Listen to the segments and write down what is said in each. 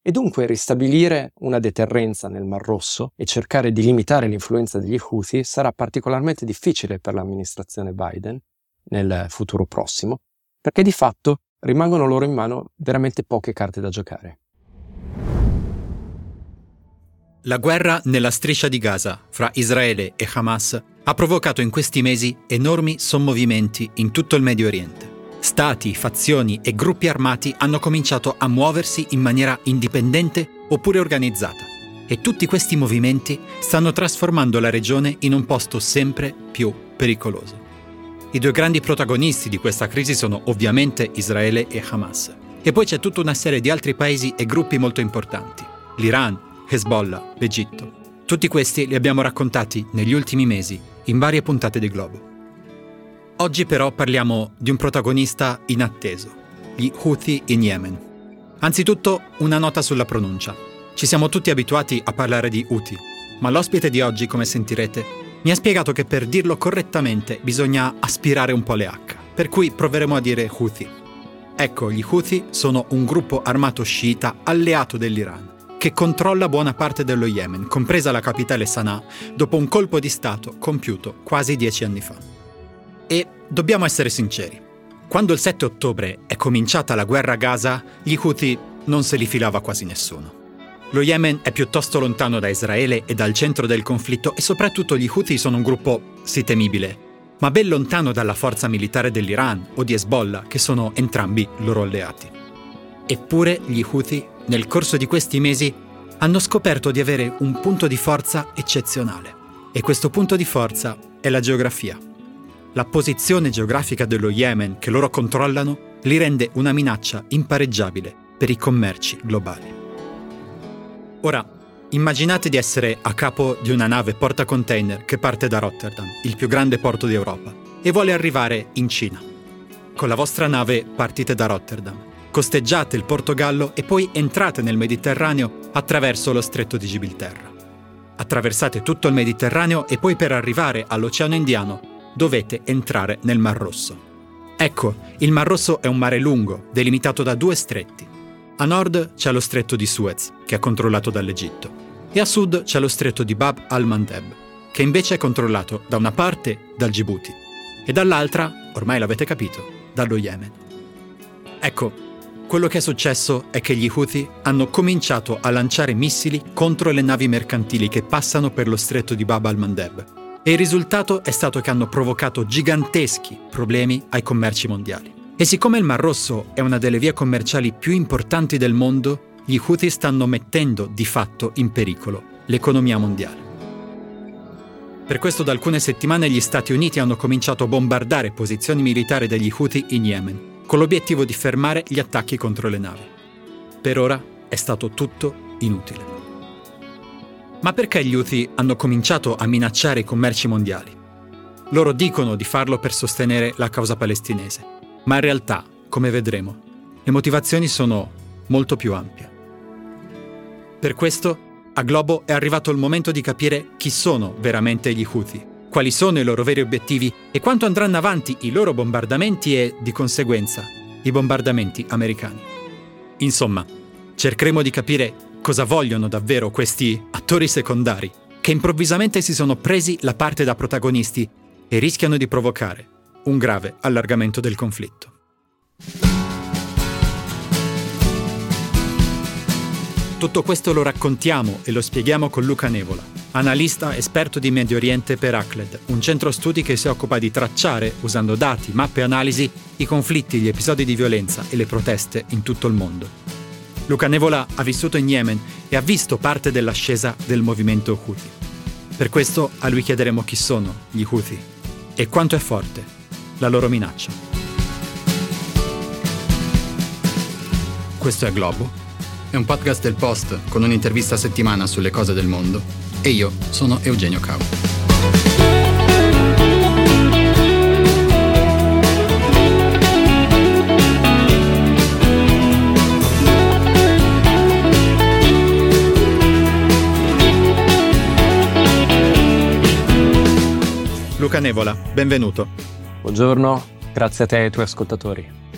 e dunque ristabilire una deterrenza nel Mar Rosso e cercare di limitare l'influenza degli Houthi sarà particolarmente difficile per l'amministrazione Biden nel futuro prossimo, perché di fatto rimangono loro in mano veramente poche carte da giocare. La guerra nella striscia di Gaza fra Israele e Hamas ha provocato in questi mesi enormi sommovimenti in tutto il Medio Oriente. Stati, fazioni e gruppi armati hanno cominciato a muoversi in maniera indipendente oppure organizzata. E tutti questi movimenti stanno trasformando la regione in un posto sempre più pericoloso. I due grandi protagonisti di questa crisi sono ovviamente Israele e Hamas. E poi c'è tutta una serie di altri paesi e gruppi molto importanti. L'Iran, Hezbollah, l'Egitto. Tutti questi li abbiamo raccontati negli ultimi mesi in varie puntate di Globo. Oggi però parliamo di un protagonista inatteso, gli Houthi in Yemen. Anzitutto una nota sulla pronuncia. Ci siamo tutti abituati a parlare di Houthi, ma l'ospite di oggi, come sentirete, mi ha spiegato che per dirlo correttamente bisogna aspirare un po' le H, per cui proveremo a dire Houthi. Ecco, gli Houthi sono un gruppo armato sciita alleato dell'Iran, che controlla buona parte dello Yemen, compresa la capitale Sana'a, dopo un colpo di Stato compiuto quasi 10 anni fa. E dobbiamo essere sinceri, quando il 7 ottobre è cominciata la guerra a Gaza, gli Houthi non se li filava quasi nessuno. Lo Yemen è piuttosto lontano da Israele e dal centro del conflitto e soprattutto gli Houthi sono un gruppo, sì, temibile, ma ben lontano dalla forza militare dell'Iran o di Hezbollah, che sono entrambi loro alleati. Eppure gli Houthi, nel corso di questi mesi, hanno scoperto di avere un punto di forza eccezionale. E questo punto di forza è la geografia. La posizione geografica dello Yemen che loro controllano li rende una minaccia impareggiabile per i commerci globali. Ora, immaginate di essere a capo di una nave portacontainer che parte da Rotterdam, il più grande porto d'Europa, e vuole arrivare in Cina. Con la vostra nave partite da Rotterdam, costeggiate il Portogallo e poi entrate nel Mediterraneo attraverso lo Stretto di Gibilterra. Attraversate tutto il Mediterraneo e poi per arrivare all'Oceano Indiano dovete entrare nel Mar Rosso. Ecco, il Mar Rosso è un mare lungo, delimitato da due stretti. A nord c'è lo Stretto di Suez, che è controllato dall'Egitto, e a sud c'è lo Stretto di Bab al-Mandeb, che invece è controllato da una parte dal Djibouti e dall'altra, ormai l'avete capito, dallo Yemen. Ecco, quello che è successo è che gli Houthi hanno cominciato a lanciare missili contro le navi mercantili che passano per lo Stretto di Bab al-Mandeb. E il risultato è stato che hanno provocato giganteschi problemi ai commerci mondiali. E siccome il Mar Rosso è una delle vie commerciali più importanti del mondo, gli Houthi stanno mettendo di fatto in pericolo l'economia mondiale. Per questo da alcune settimane gli Stati Uniti hanno cominciato a bombardare posizioni militari degli Houthi in Yemen, con l'obiettivo di fermare gli attacchi contro le navi. Per ora è stato tutto inutile. Ma perché gli Houthi hanno cominciato a minacciare i commerci mondiali? Loro dicono di farlo per sostenere la causa palestinese, ma in realtà, come vedremo, le motivazioni sono molto più ampie. Per questo, a Globo è arrivato il momento di capire chi sono veramente gli Houthi, quali sono i loro veri obiettivi e quanto andranno avanti i loro bombardamenti e, di conseguenza, i bombardamenti americani. Insomma, cercheremo di capire cosa vogliono davvero questi attori secondari che improvvisamente si sono presi la parte da protagonisti e rischiano di provocare un grave allargamento del conflitto. Tutto questo lo raccontiamo e lo spieghiamo con Luca Nevola, analista esperto di Medio Oriente per ACLED, un centro studi che si occupa di tracciare, usando dati, mappe e analisi, i conflitti, gli episodi di violenza e le proteste in tutto il mondo. Luca Nevola ha vissuto in Yemen e ha visto parte dell'ascesa del movimento Houthi. Per questo a lui chiederemo chi sono gli Houthi e quanto è forte la loro minaccia. Questo è Globo, è un podcast del Post con un'intervista a settimana sulle cose del mondo e io sono Eugenio Cau. Luca Nevola, benvenuto. Buongiorno, grazie a te e ai tuoi ascoltatori.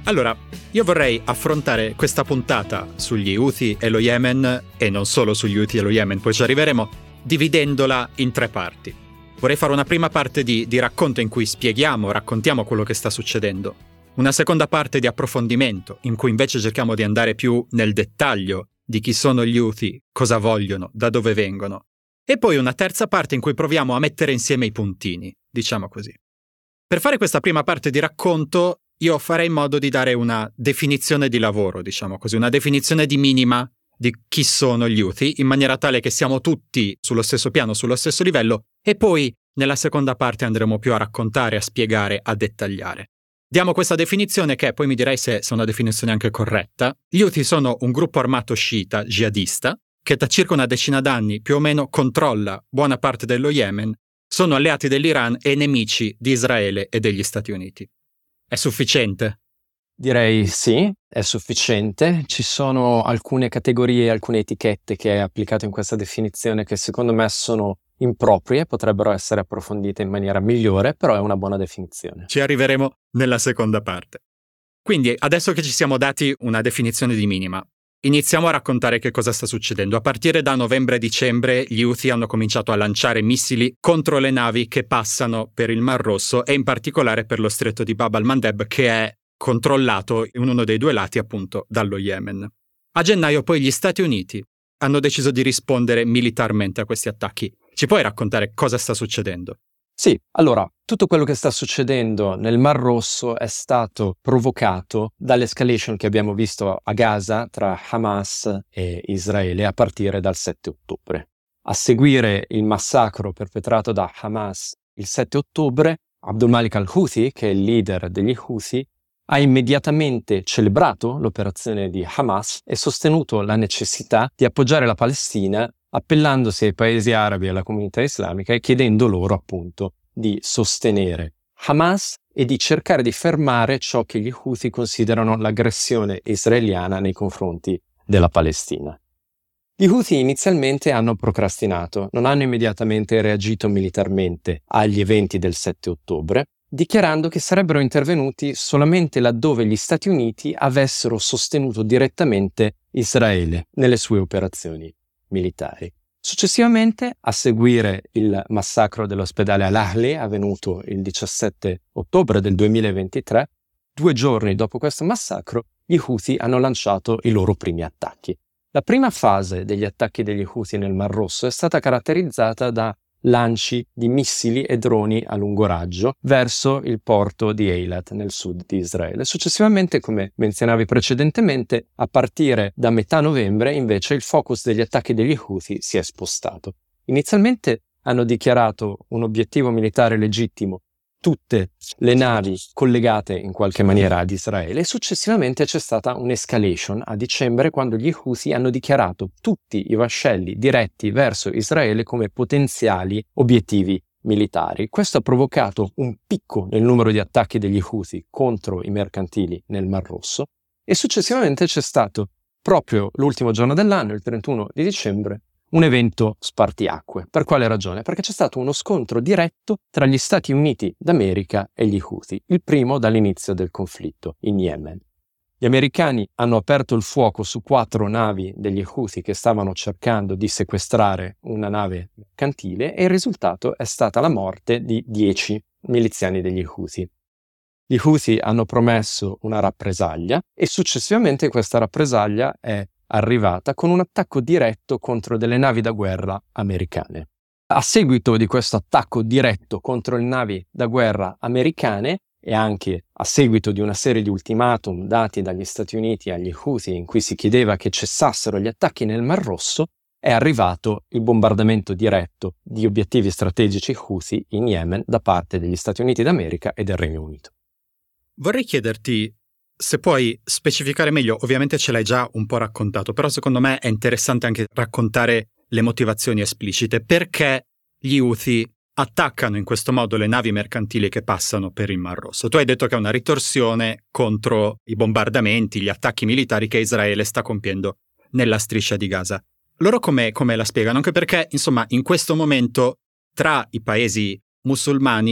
Allora, io vorrei affrontare questa puntata sugli Houthi e lo Yemen, e non solo sugli Houthi e lo Yemen, poi ci arriveremo, dividendola in 3 parti. Vorrei fare una prima parte di racconto in cui raccontiamo quello che sta succedendo. Una seconda parte di approfondimento, in cui invece cerchiamo di andare più nel dettaglio di chi sono gli Houthi, cosa vogliono, da dove vengono. E poi una terza parte in cui proviamo a mettere insieme i puntini, diciamo così. Per fare questa prima parte di racconto, io farei in modo di dare una definizione di lavoro, diciamo così, una definizione di minima di chi sono gli Houthi, in maniera tale che siamo tutti sullo stesso piano, sullo stesso livello, e poi nella seconda parte andremo più a raccontare, a spiegare, a dettagliare. Diamo questa definizione che poi mi direi se è una definizione anche corretta. Gli Houthi sono un gruppo armato sciita, jihadista, che da circa una decina d'anni più o meno controlla buona parte dello Yemen, sono alleati dell'Iran e nemici di Israele e degli Stati Uniti. È sufficiente? Direi sì, è sufficiente. Ci sono alcune categorie, alcune etichette che hai applicato in questa definizione che secondo me sono improprie, potrebbero essere approfondite in maniera migliore, però è una buona definizione. Ci arriveremo nella seconda parte. Quindi, adesso che ci siamo dati una definizione di minima, iniziamo a raccontare che cosa sta succedendo. A partire da novembre-dicembre gli Houthi hanno cominciato a lanciare missili contro le navi che passano per il Mar Rosso e in particolare per lo stretto di Bab al-Mandeb, che è controllato in uno dei 2 lati appunto dallo Yemen. A gennaio poi gli Stati Uniti hanno deciso di rispondere militarmente a questi attacchi. Ci puoi raccontare cosa sta succedendo? Sì, allora, tutto quello che sta succedendo nel Mar Rosso è stato provocato dall'escalation che abbiamo visto a Gaza tra Hamas e Israele a partire dal 7 ottobre. A seguire il massacro perpetrato da Hamas il 7 ottobre, Abdul Malik al-Houthi, che è il leader degli Houthi, ha immediatamente celebrato l'operazione di Hamas e sostenuto la necessità di appoggiare la Palestina appellandosi ai paesi arabi e alla comunità islamica e chiedendo loro appunto di sostenere Hamas e di cercare di fermare ciò che gli Houthi considerano l'aggressione israeliana nei confronti della Palestina. Gli Houthi inizialmente hanno procrastinato, non hanno immediatamente reagito militarmente agli eventi del 7 ottobre, dichiarando che sarebbero intervenuti solamente laddove gli Stati Uniti avessero sostenuto direttamente Israele nelle sue operazioni militari. Successivamente, a seguire il massacro dell'ospedale Al-Ahli, avvenuto il 17 ottobre del 2023, 2 giorni dopo questo massacro, gli Houthi hanno lanciato i loro primi attacchi. La prima fase degli attacchi degli Houthi nel Mar Rosso è stata caratterizzata da lanci di missili e droni a lungo raggio verso il porto di Eilat nel sud di Israele. Successivamente, come menzionavi precedentemente, a partire da metà novembre invece il focus degli attacchi degli Houthi si è spostato. Inizialmente hanno dichiarato un obiettivo militare legittimo tutte le navi collegate in qualche maniera ad Israele e successivamente c'è stata un'escalation a dicembre quando gli Houthi hanno dichiarato tutti i vascelli diretti verso Israele come potenziali obiettivi militari. Questo ha provocato un picco nel numero di attacchi degli Houthi contro i mercantili nel Mar Rosso e successivamente c'è stato proprio l'ultimo giorno dell'anno, il 31 di dicembre, un evento spartiacque. Per quale ragione? Perché c'è stato uno scontro diretto tra gli Stati Uniti d'America e gli Houthi, il primo dall'inizio del conflitto in Yemen. Gli americani hanno aperto il fuoco su 4 navi degli Houthi che stavano cercando di sequestrare una nave mercantile e il risultato è stata la morte di 10 miliziani degli Houthi. Gli Houthi hanno promesso una rappresaglia e successivamente questa rappresaglia è arrivata con un attacco diretto contro delle navi da guerra americane. A seguito di questo attacco diretto contro le navi da guerra americane e anche a seguito di una serie di ultimatum dati dagli Stati Uniti agli Houthi in cui si chiedeva che cessassero gli attacchi nel Mar Rosso, è arrivato il bombardamento diretto di obiettivi strategici Houthi in Yemen da parte degli Stati Uniti d'America e del Regno Unito. Vorrei chiederti se puoi specificare meglio, ovviamente ce l'hai già un po' raccontato, però secondo me è interessante anche raccontare le motivazioni esplicite. Perché gli Houthi attaccano in questo modo le navi mercantili che passano per il Mar Rosso? Tu hai detto che è una ritorsione contro i bombardamenti, gli attacchi militari che Israele sta compiendo nella striscia di Gaza. Loro come la spiegano? Anche perché, insomma, in questo momento tra i paesi musulmani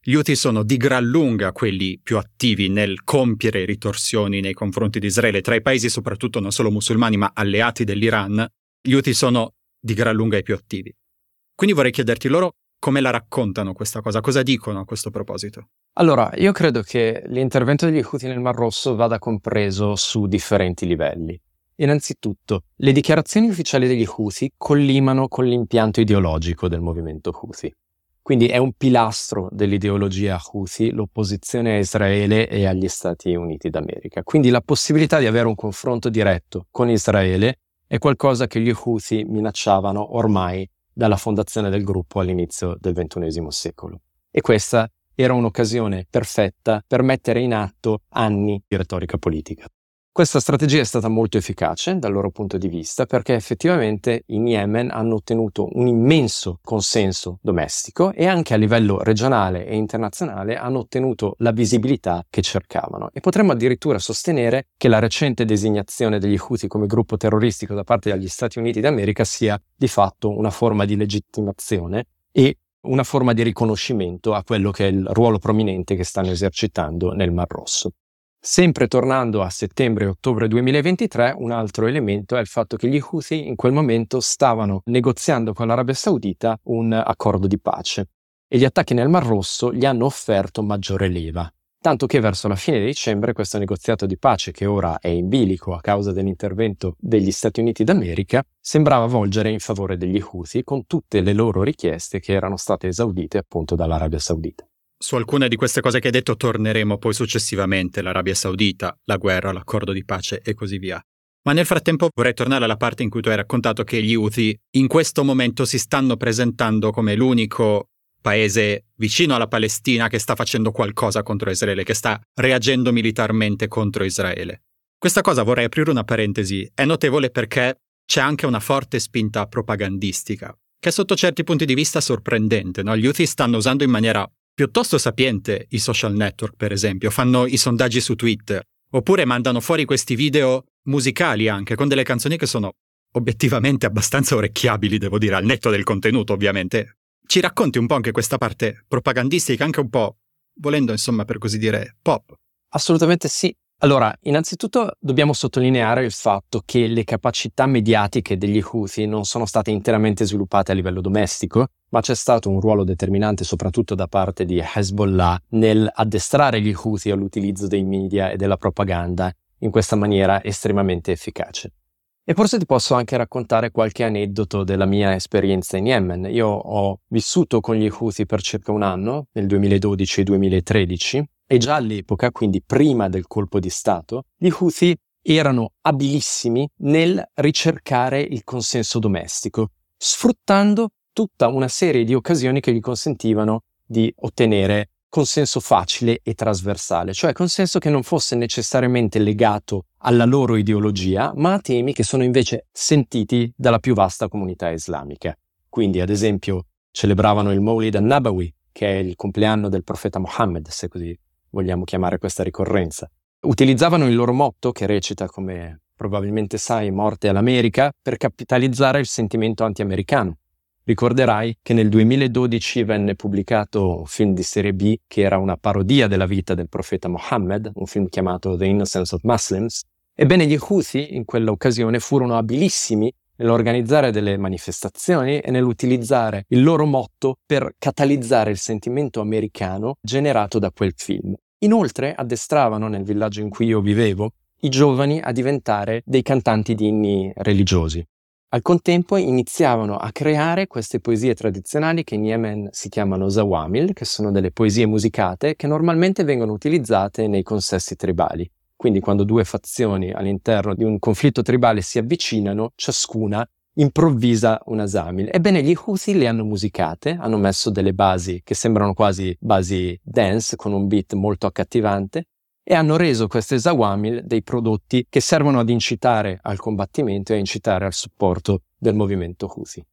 Gli Houthi sono di gran lunga quelli più attivi nel compiere ritorsioni nei confronti di Israele, tra i paesi soprattutto non solo musulmani ma alleati dell'Iran. Gli Houthi sono di gran lunga i più attivi. Quindi vorrei chiederti loro come la raccontano questa cosa, cosa dicono a questo proposito? Allora, io credo che l'intervento degli Houthi nel Mar Rosso vada compreso su differenti livelli. Innanzitutto, le dichiarazioni ufficiali degli Houthi collimano con l'impianto ideologico del movimento Houthi. Quindi è un pilastro dell'ideologia Houthi l'opposizione a Israele e agli Stati Uniti d'America. Quindi la possibilità di avere un confronto diretto con Israele è qualcosa che gli Houthi minacciavano ormai dalla fondazione del gruppo all'inizio del XXI secolo. E questa era un'occasione perfetta per mettere in atto anni di retorica politica. Questa strategia è stata molto efficace dal loro punto di vista perché effettivamente in Yemen hanno ottenuto un immenso consenso domestico e anche a livello regionale e internazionale hanno ottenuto la visibilità che cercavano. E potremmo addirittura sostenere che la recente designazione degli Houthi come gruppo terroristico da parte degli Stati Uniti d'America sia di fatto una forma di legittimazione e una forma di riconoscimento a quello che è il ruolo prominente che stanno esercitando nel Mar Rosso. Sempre tornando a settembre e ottobre 2023, un altro elemento è il fatto che gli Houthi in quel momento stavano negoziando con l'Arabia Saudita un accordo di pace e gli attacchi nel Mar Rosso gli hanno offerto maggiore leva. Tanto che verso la fine di dicembre questo negoziato di pace, che ora è in bilico a causa dell'intervento degli Stati Uniti d'America, sembrava volgere in favore degli Houthi con tutte le loro richieste che erano state esaudite appunto dall'Arabia Saudita. Su alcune di queste cose che hai detto torneremo poi successivamente, l'Arabia Saudita, la guerra, l'accordo di pace e così via. Ma nel frattempo vorrei tornare alla parte in cui tu hai raccontato che gli Houthi in questo momento si stanno presentando come l'unico paese vicino alla Palestina che sta facendo qualcosa contro Israele, che sta reagendo militarmente contro Israele. Questa cosa, vorrei aprire una parentesi, è notevole perché c'è anche una forte spinta propagandistica, che è sotto certi punti di vista sorprendente, no? Gli Houthi stanno usando in maniera piuttosto sapiente i social network, per esempio, fanno i sondaggi su Twitter, oppure mandano fuori questi video musicali anche, con delle canzoni che sono obiettivamente abbastanza orecchiabili, devo dire, al netto del contenuto, ovviamente. Ci racconti un po' anche questa parte propagandistica, anche un po', volendo, insomma, per così dire, pop? Assolutamente sì. Allora, innanzitutto dobbiamo sottolineare il fatto che le capacità mediatiche degli Houthi non sono state interamente sviluppate a livello domestico, ma c'è stato un ruolo determinante soprattutto da parte di Hezbollah nel addestrare gli Houthi all'utilizzo dei media e della propaganda in questa maniera estremamente efficace. E forse ti posso anche raccontare qualche aneddoto della mia esperienza in Yemen. Io ho vissuto con gli Houthi per circa un anno, nel 2012 e 2013, e già all'epoca, quindi prima del colpo di Stato, gli Houthi erano abilissimi nel ricercare il consenso domestico, sfruttando tutta una serie di occasioni che gli consentivano di ottenere consenso facile e trasversale, cioè consenso che non fosse necessariamente legato alla loro ideologia, ma a temi che sono invece sentiti dalla più vasta comunità islamica. Quindi, ad esempio, celebravano il Mawlid al-Nabawi, che è il compleanno del profeta Mohammed, se così vogliamo chiamare questa ricorrenza. Utilizzavano il loro motto, che recita, come probabilmente sai, morte all'America, per capitalizzare il sentimento anti-americano. Ricorderai che nel 2012 venne pubblicato un film di serie B che era una parodia della vita del profeta Mohammed, un film chiamato The Innocence of Muslims. Ebbene, gli Houthi in quell'occasione furono abilissimi nell'organizzare delle manifestazioni e nell'utilizzare il loro motto per catalizzare il sentimento americano generato da quel film. Inoltre addestravano, nel villaggio in cui io vivevo, i giovani a diventare dei cantanti di inni religiosi. Al contempo iniziavano a creare queste poesie tradizionali che in Yemen si chiamano zawamil, che sono delle poesie musicate che normalmente vengono utilizzate nei consessi tribali. Quindi quando due fazioni all'interno di un conflitto tribale si avvicinano, ciascuna improvvisa una zamil. Ebbene, gli Houthi le hanno musicate, hanno messo delle basi che sembrano quasi basi dance, con un beat molto accattivante, e hanno reso queste zawamil dei prodotti che servono ad incitare al combattimento e a incitare al supporto del movimento Houthi.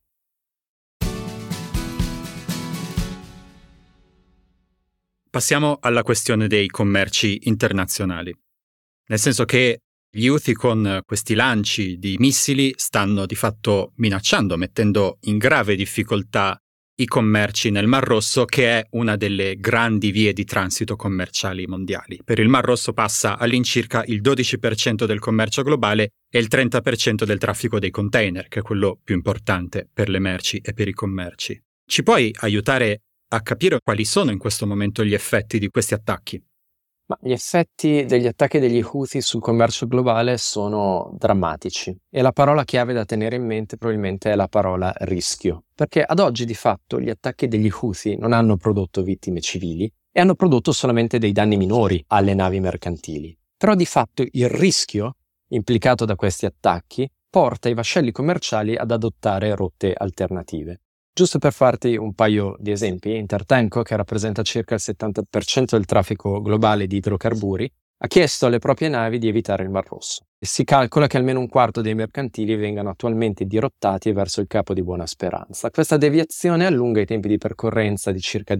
Passiamo alla questione dei commerci internazionali. Nel senso che gli Houthi con questi lanci di missili stanno di fatto minacciando, mettendo in grave difficoltà i commerci nel Mar Rosso, che è una delle grandi vie di transito commerciali mondiali. Per il Mar Rosso passa all'incirca il 12% del commercio globale e il 30% del traffico dei container, che è quello più importante per le merci e per i commerci. Ci puoi aiutare a capire quali sono in questo momento gli effetti di questi attacchi? Ma gli effetti degli attacchi degli Houthi sul commercio globale sono drammatici e la parola chiave da tenere in mente probabilmente è la parola rischio, perché ad oggi di fatto gli attacchi degli Houthi non hanno prodotto vittime civili e hanno prodotto solamente dei danni minori alle navi mercantili. Però di fatto il rischio implicato da questi attacchi porta i vascelli commerciali ad adottare rotte alternative. Giusto per farti un paio di esempi, Intertanko, che rappresenta circa il 70% del traffico globale di idrocarburi, ha chiesto alle proprie navi di evitare il Mar Rosso. E si calcola che almeno un quarto dei mercantili vengano attualmente dirottati verso il Capo di Buona Speranza. Questa deviazione allunga i tempi di percorrenza di circa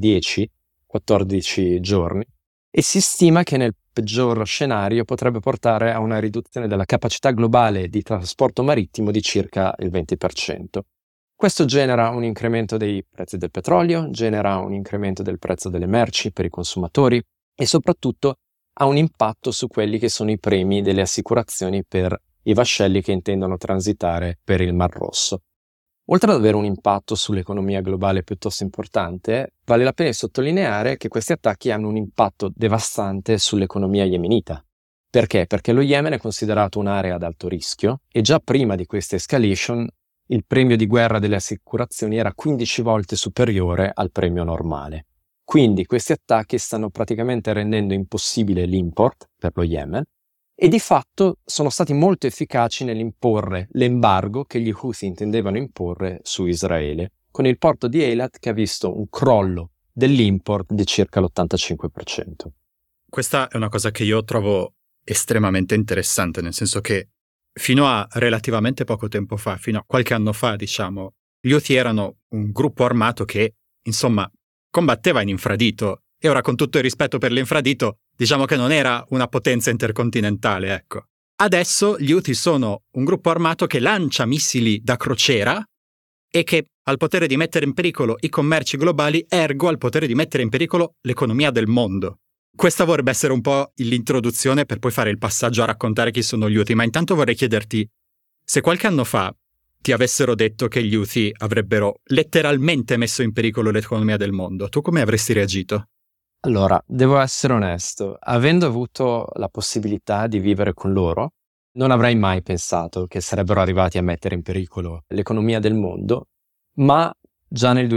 10-14 giorni e si stima che nel peggior scenario potrebbe portare a una riduzione della capacità globale di trasporto marittimo di circa il 20%. Questo genera un incremento dei prezzi del petrolio, genera un incremento del prezzo delle merci per i consumatori e soprattutto ha un impatto su quelli che sono i premi delle assicurazioni per i vascelli che intendono transitare per il Mar Rosso. Oltre ad avere un impatto sull'economia globale piuttosto importante, vale la pena sottolineare che questi attacchi hanno un impatto devastante sull'economia yemenita. Perché? Perché lo Yemen è considerato un'area ad alto rischio e già prima di questa escalation il premio di guerra delle assicurazioni era 15 volte superiore al premio normale. Quindi questi attacchi stanno praticamente rendendo impossibile l'import per lo Yemen e di fatto sono stati molto efficaci nell'imporre l'embargo che gli Houthi intendevano imporre su Israele, con il porto di Eilat che ha visto un crollo dell'import di circa l'85%. Questa è una cosa che io trovo estremamente interessante, nel senso che fino a relativamente poco tempo fa, fino a qualche anno fa, diciamo, gli Houthi erano un gruppo armato che, insomma, combatteva in infradito. E ora, con tutto il rispetto per l'infradito, diciamo che non era una potenza intercontinentale, ecco. Adesso gli Houthi sono un gruppo armato che lancia missili da crociera e che ha il potere di mettere in pericolo i commerci globali, ergo ha il potere di mettere in pericolo l'economia del mondo. Questa vorrebbe essere un po' l'introduzione per poi fare il passaggio a raccontare chi sono gli Houthi, ma intanto vorrei chiederti, se qualche anno fa ti avessero detto che gli Houthi avrebbero letteralmente messo in pericolo l'economia del mondo, tu come avresti reagito? Allora, devo essere onesto, avendo avuto la possibilità di vivere con loro, non avrei mai pensato che sarebbero arrivati a mettere in pericolo l'economia del mondo, ma già nel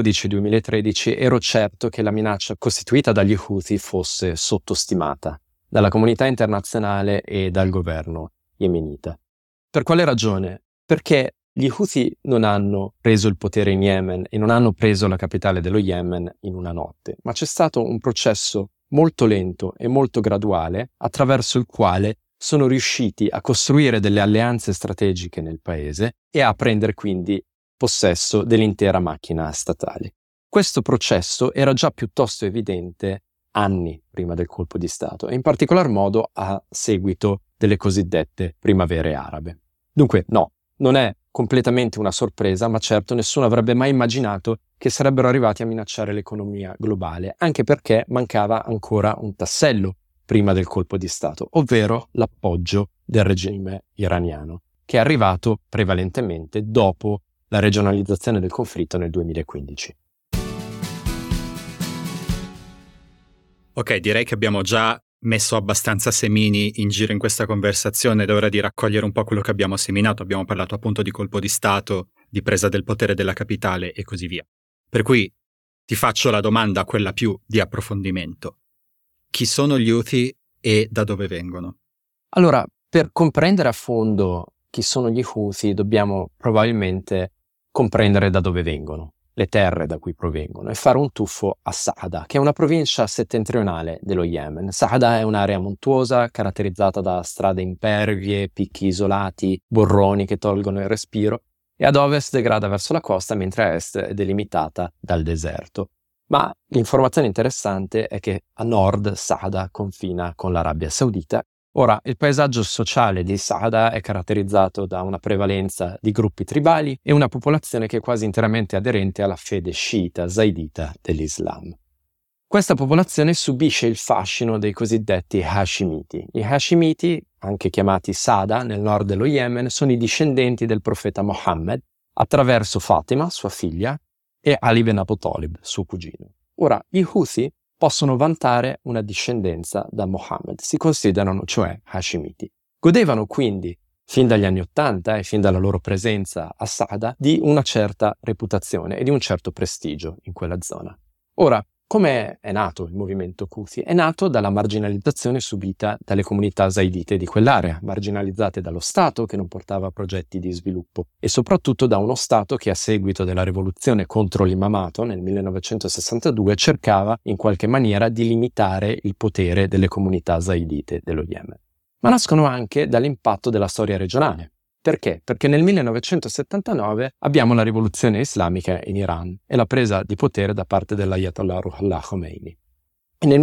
2012-2013 ero certo che la minaccia costituita dagli Houthi fosse sottostimata dalla comunità internazionale e dal governo yemenita. Per quale ragione? Perché gli Houthi non hanno preso il potere in Yemen e non hanno preso la capitale dello Yemen in una notte, ma c'è stato un processo molto lento e molto graduale attraverso il quale sono riusciti a costruire delle alleanze strategiche nel paese e a prendere quindi possesso dell'intera macchina statale. Questo processo era già piuttosto evidente anni prima del colpo di Stato e in particolar modo a seguito delle cosiddette primavere arabe. Dunque no, non è completamente una sorpresa, ma certo nessuno avrebbe mai immaginato che sarebbero arrivati a minacciare l'economia globale, anche perché mancava ancora un tassello prima del colpo di Stato, ovvero l'appoggio del regime iraniano, che è arrivato prevalentemente dopo la regionalizzazione del conflitto nel 2015. Ok, direi che abbiamo già messo abbastanza semini in giro in questa conversazione ed è ora di raccogliere un po' quello che abbiamo seminato. Abbiamo parlato appunto di colpo di Stato, di presa del potere della capitale e così via. Per cui ti faccio la domanda, quella più di approfondimento. Chi sono gli Houthi e da dove vengono? Allora, per comprendere a fondo chi sono gli Houthi dobbiamo probabilmente comprendere da dove vengono, le terre da cui provengono, e fare un tuffo a Saada, che è una provincia settentrionale dello Yemen. Saada è un'area montuosa caratterizzata da strade impervie, picchi isolati, burroni che tolgono il respiro, e ad ovest degrada verso la costa, mentre a est è delimitata dal deserto. Ma l'informazione interessante è che a nord Saada confina con l'Arabia Saudita Ora, il paesaggio sociale di Saada è caratterizzato da una prevalenza di gruppi tribali e una popolazione che è quasi interamente aderente alla fede sciita zaidita dell'Islam. Questa popolazione subisce il fascino dei cosiddetti Hashimiti. I Hashimiti, anche chiamati Sada nel nord dello Yemen, sono i discendenti del profeta Mohammed attraverso Fatima, sua figlia, e Ali ibn Abu Talib, suo cugino. Ora, gli Houthi possono vantare una discendenza da Mohammed, si considerano cioè Hashimiti. Godevano quindi, fin dagli anni '80 e fin dalla loro presenza a Saada, di una certa reputazione e di un certo prestigio in quella zona. Ora, come è nato il movimento Houthi? È nato dalla marginalizzazione subita dalle comunità zaidite di quell'area, marginalizzate dallo Stato che non portava progetti di sviluppo e soprattutto da uno Stato che a seguito della rivoluzione contro l'imamato nel 1962 cercava in qualche maniera di limitare il potere delle comunità zaidite dello Yemen. Ma nascono anche dall'impatto della storia regionale. Perché? Perché nel 1979 abbiamo la rivoluzione islamica in Iran e la presa di potere da parte dell'Ayatollah Ruhollah Khomeini. E nel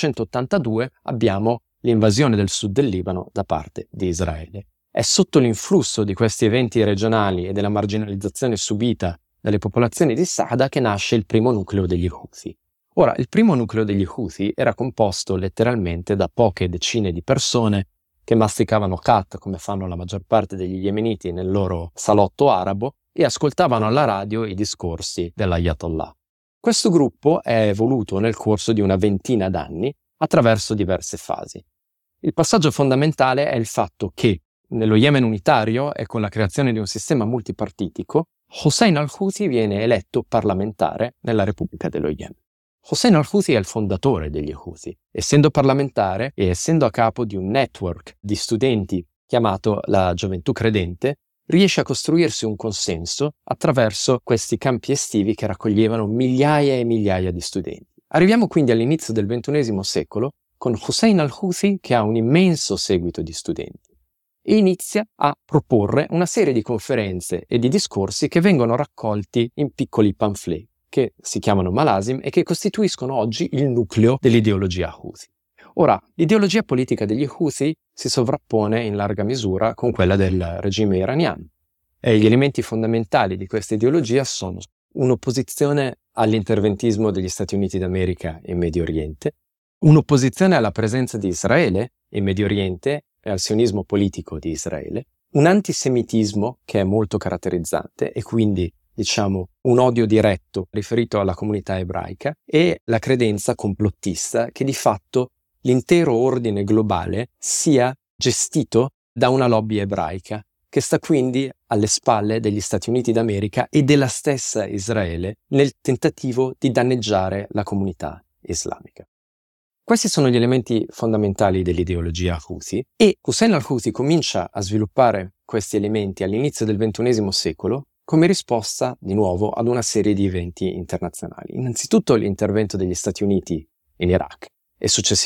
1982 abbiamo l'invasione del sud del Libano da parte di Israele. È sotto l'influsso di questi eventi regionali e della marginalizzazione subita dalle popolazioni di Saada che nasce il primo nucleo degli Houthi. Ora, il primo nucleo degli Houthi era composto letteralmente da poche decine di persone che masticavano khat, come fanno la maggior parte degli yemeniti nel loro salotto arabo, e ascoltavano alla radio i discorsi dell'Ayatollah. Questo gruppo è evoluto nel corso di una ventina d'anni attraverso diverse fasi. Il passaggio fondamentale è il fatto che nello Yemen unitario e con la creazione di un sistema multipartitico, Hossein al-Houthi viene eletto parlamentare nella Repubblica dello Yemen. Hossein al-Houthi è il fondatore degli Houthi. Essendo parlamentare e essendo a capo di un network di studenti chiamato la Gioventù Credente, riesce a costruirsi un consenso attraverso questi campi estivi che raccoglievano migliaia e migliaia di studenti. Arriviamo quindi all'inizio del XXI secolo con Hossein al-Houthi che ha un immenso seguito di studenti e inizia a proporre una serie di conferenze e di discorsi che vengono raccolti in piccoli pamphlet che si chiamano Malasim e che costituiscono oggi il nucleo dell'ideologia Houthi. Ora, l'ideologia politica degli Houthi si sovrappone in larga misura con quella del regime iraniano. E gli elementi fondamentali di questa ideologia sono un'opposizione all'interventismo degli Stati Uniti d'America in Medio Oriente, un'opposizione alla presenza di Israele in Medio Oriente e al sionismo politico di Israele, un antisemitismo che è molto caratterizzante e quindi un odio diretto riferito alla comunità ebraica e la credenza complottista che di fatto l'intero ordine globale sia gestito da una lobby ebraica che sta quindi alle spalle degli Stati Uniti d'America e della stessa Israele nel tentativo di danneggiare la comunità islamica. Questi sono gli elementi fondamentali dell'ideologia Houthi e Hossein al-Houthi comincia a sviluppare questi elementi all'inizio del XXI secolo come risposta, di nuovo, ad una serie di eventi internazionali. Innanzitutto l'intervento degli Stati Uniti in Iraq e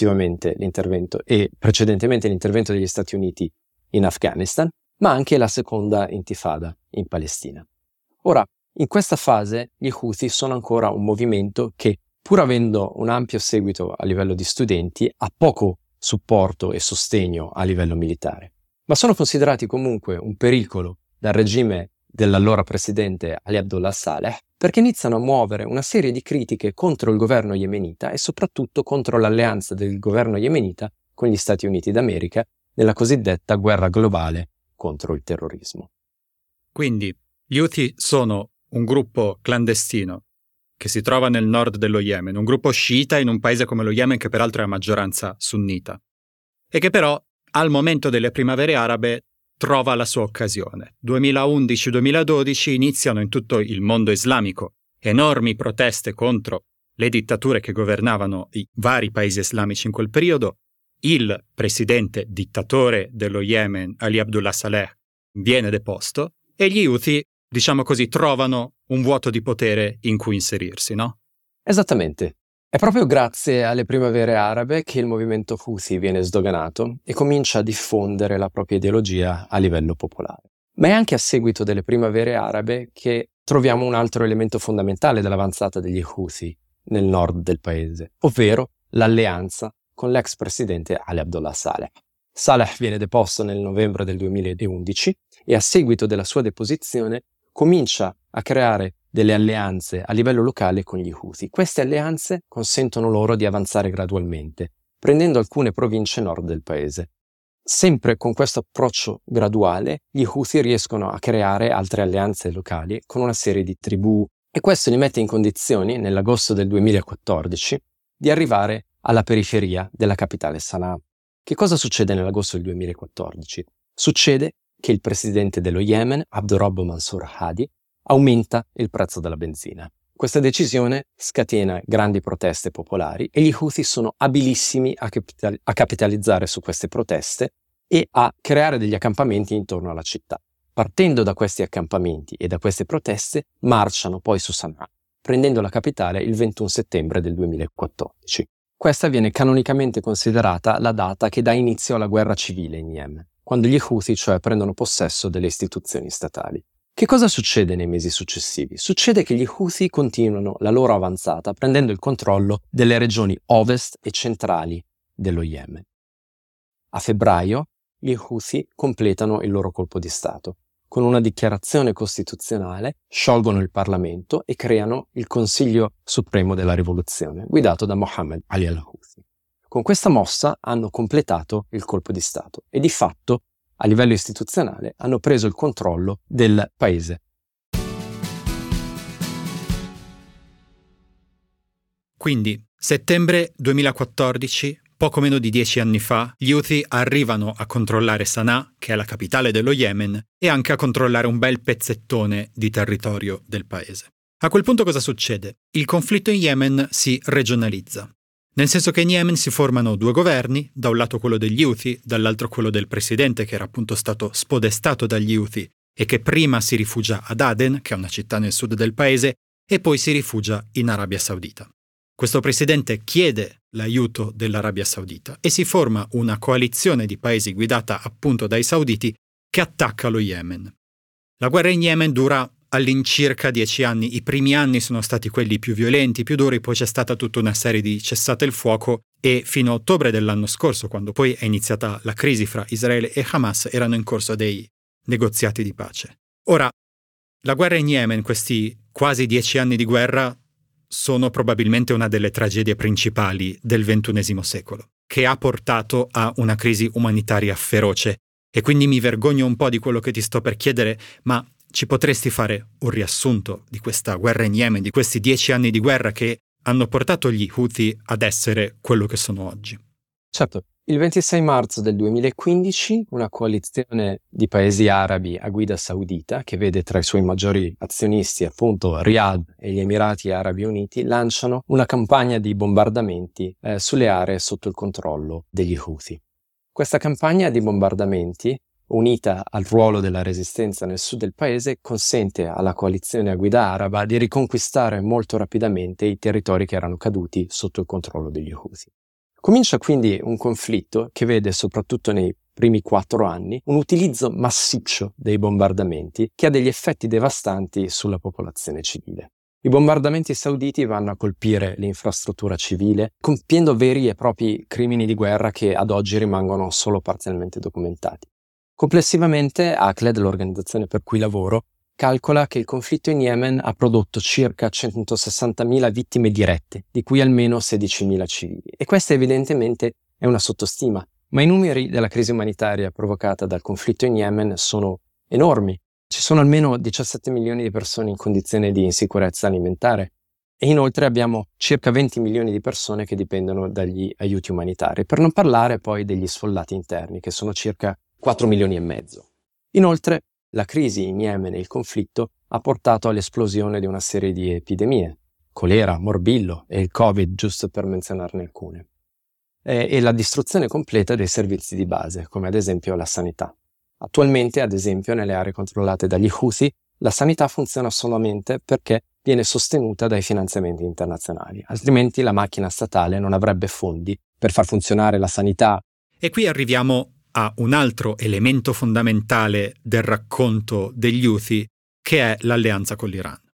precedentemente l'intervento degli Stati Uniti in Afghanistan, ma anche la seconda intifada in Palestina. Ora, in questa fase gli Houthi sono ancora un movimento che, pur avendo un ampio seguito a livello di studenti, ha poco supporto e sostegno a livello militare, ma sono considerati comunque un pericolo dal regime dell'allora presidente Ali Abdullah Saleh, perché iniziano a muovere una serie di critiche contro il governo yemenita e soprattutto contro l'alleanza del governo yemenita con gli Stati Uniti d'America nella cosiddetta guerra globale contro il terrorismo. Quindi gli Houthi sono un gruppo clandestino che si trova nel nord dello Yemen, un gruppo sciita in un paese come lo Yemen che peraltro è a maggioranza sunnita e che però al momento delle primavere arabe trova la sua occasione. 2011-2012 iniziano in tutto il mondo islamico enormi proteste contro le dittature che governavano i vari paesi islamici in quel periodo. Il presidente dittatore dello Yemen, Ali Abdullah Saleh, viene deposto e gli Houthi, trovano un vuoto di potere in cui inserirsi, no? Esattamente. È proprio grazie alle primavere arabe che il movimento Houthi viene sdoganato e comincia a diffondere la propria ideologia a livello popolare. Ma è anche a seguito delle primavere arabe che troviamo un altro elemento fondamentale dell'avanzata degli Houthi nel nord del paese, ovvero l'alleanza con l'ex presidente Ali Abdullah Saleh. Saleh viene deposto nel novembre del 2011 e a seguito della sua deposizione comincia a creare delle alleanze a livello locale con gli Houthi. Queste alleanze consentono loro di avanzare gradualmente, prendendo alcune province nord del paese. Sempre con questo approccio graduale, gli Houthi riescono a creare altre alleanze locali con una serie di tribù e questo li mette in condizioni, nell'agosto del 2014, di arrivare alla periferia della capitale Sana'a. Che cosa succede nell'agosto del 2014? Succede che il presidente dello Yemen, Abdurrabbu Mansur Hadi, aumenta il prezzo della benzina. Questa decisione scatena grandi proteste popolari e gli Houthi sono abilissimi a capitalizzare su queste proteste e a creare degli accampamenti intorno alla città. Partendo da questi accampamenti e da queste proteste, marciano poi su Sana'a, prendendo la capitale il 21 settembre del 2014. Questa viene canonicamente considerata la data che dà inizio alla guerra civile in Yemen, quando gli Houthi cioè prendono possesso delle istituzioni statali. Che cosa succede nei mesi successivi? Succede che gli Houthi continuano la loro avanzata prendendo il controllo delle regioni ovest e centrali dello Yemen. A febbraio gli Houthi completano il loro colpo di Stato. Con una dichiarazione costituzionale sciolgono il Parlamento e creano il Consiglio Supremo della Rivoluzione, guidato da Mohammed Ali al-Houthi. Con questa mossa hanno completato il colpo di Stato e di fatto, a livello istituzionale, hanno preso il controllo del paese. Quindi, settembre 2014, poco meno di 10 anni fa, gli Houthi arrivano a controllare Sana'a, che è la capitale dello Yemen, e anche a controllare un bel pezzettone di territorio del paese. A quel punto cosa succede? Il conflitto in Yemen si regionalizza. Nel senso che in Yemen si formano due governi, da un lato quello degli Houthi, dall'altro quello del presidente che era appunto stato spodestato dagli Houthi e che prima si rifugia ad Aden, che è una città nel sud del paese, e poi si rifugia in Arabia Saudita. Questo presidente chiede l'aiuto dell'Arabia Saudita e si forma una coalizione di paesi guidata appunto dai sauditi che attacca lo Yemen. La guerra in Yemen dura all'incirca 10 anni. I primi anni sono stati quelli più violenti, più duri, poi c'è stata tutta una serie di cessate il fuoco e fino a ottobre dell'anno scorso, quando poi è iniziata la crisi fra Israele e Hamas, erano in corso dei negoziati di pace. Ora, la guerra in Yemen, questi quasi 10 anni di guerra, sono probabilmente una delle tragedie principali del XXI secolo, che ha portato a una crisi umanitaria feroce. E quindi mi vergogno un po' di quello che ti sto per chiedere, ma ci potresti fare un riassunto di questa guerra in Yemen, di questi 10 anni di guerra che hanno portato gli Houthi ad essere quello che sono oggi? Certo. Il 26 marzo del 2015 una coalizione di paesi arabi a guida saudita, che vede tra i suoi maggiori azionisti appunto Riyadh e gli Emirati Arabi Uniti, lanciano una campagna di bombardamenti sulle aree sotto il controllo degli Houthi. Questa campagna di bombardamenti, unita al ruolo della resistenza nel sud del paese, consente alla coalizione a guida araba di riconquistare molto rapidamente i territori che erano caduti sotto il controllo degli Houthi. Comincia quindi un conflitto che vede soprattutto nei primi 4 anni un utilizzo massiccio dei bombardamenti che ha degli effetti devastanti sulla popolazione civile. I bombardamenti sauditi vanno a colpire l'infrastruttura civile, compiendo veri e propri crimini di guerra che ad oggi rimangono solo parzialmente documentati. Complessivamente, ACLED, l'organizzazione per cui lavoro, calcola che il conflitto in Yemen ha prodotto circa 160.000 vittime dirette, di cui almeno 16.000 civili. E questa evidentemente è una sottostima, ma i numeri della crisi umanitaria provocata dal conflitto in Yemen sono enormi. Ci sono almeno 17 milioni di persone in condizione di insicurezza alimentare e inoltre abbiamo circa 20 milioni di persone che dipendono dagli aiuti umanitari, per non parlare poi degli sfollati interni, che sono circa 4 milioni e mezzo. Inoltre, la crisi in Yemen e il conflitto ha portato all'esplosione di una serie di epidemie, colera, morbillo e il Covid, giusto per menzionarne alcune, e la distruzione completa dei servizi di base, come ad esempio la sanità. Attualmente, ad esempio, nelle aree controllate dagli Houthi, la sanità funziona solamente perché viene sostenuta dai finanziamenti internazionali, altrimenti la macchina statale non avrebbe fondi per far funzionare la sanità. E qui arriviamo a un altro elemento fondamentale del racconto degli Houthi, che è l'alleanza con l'Iran.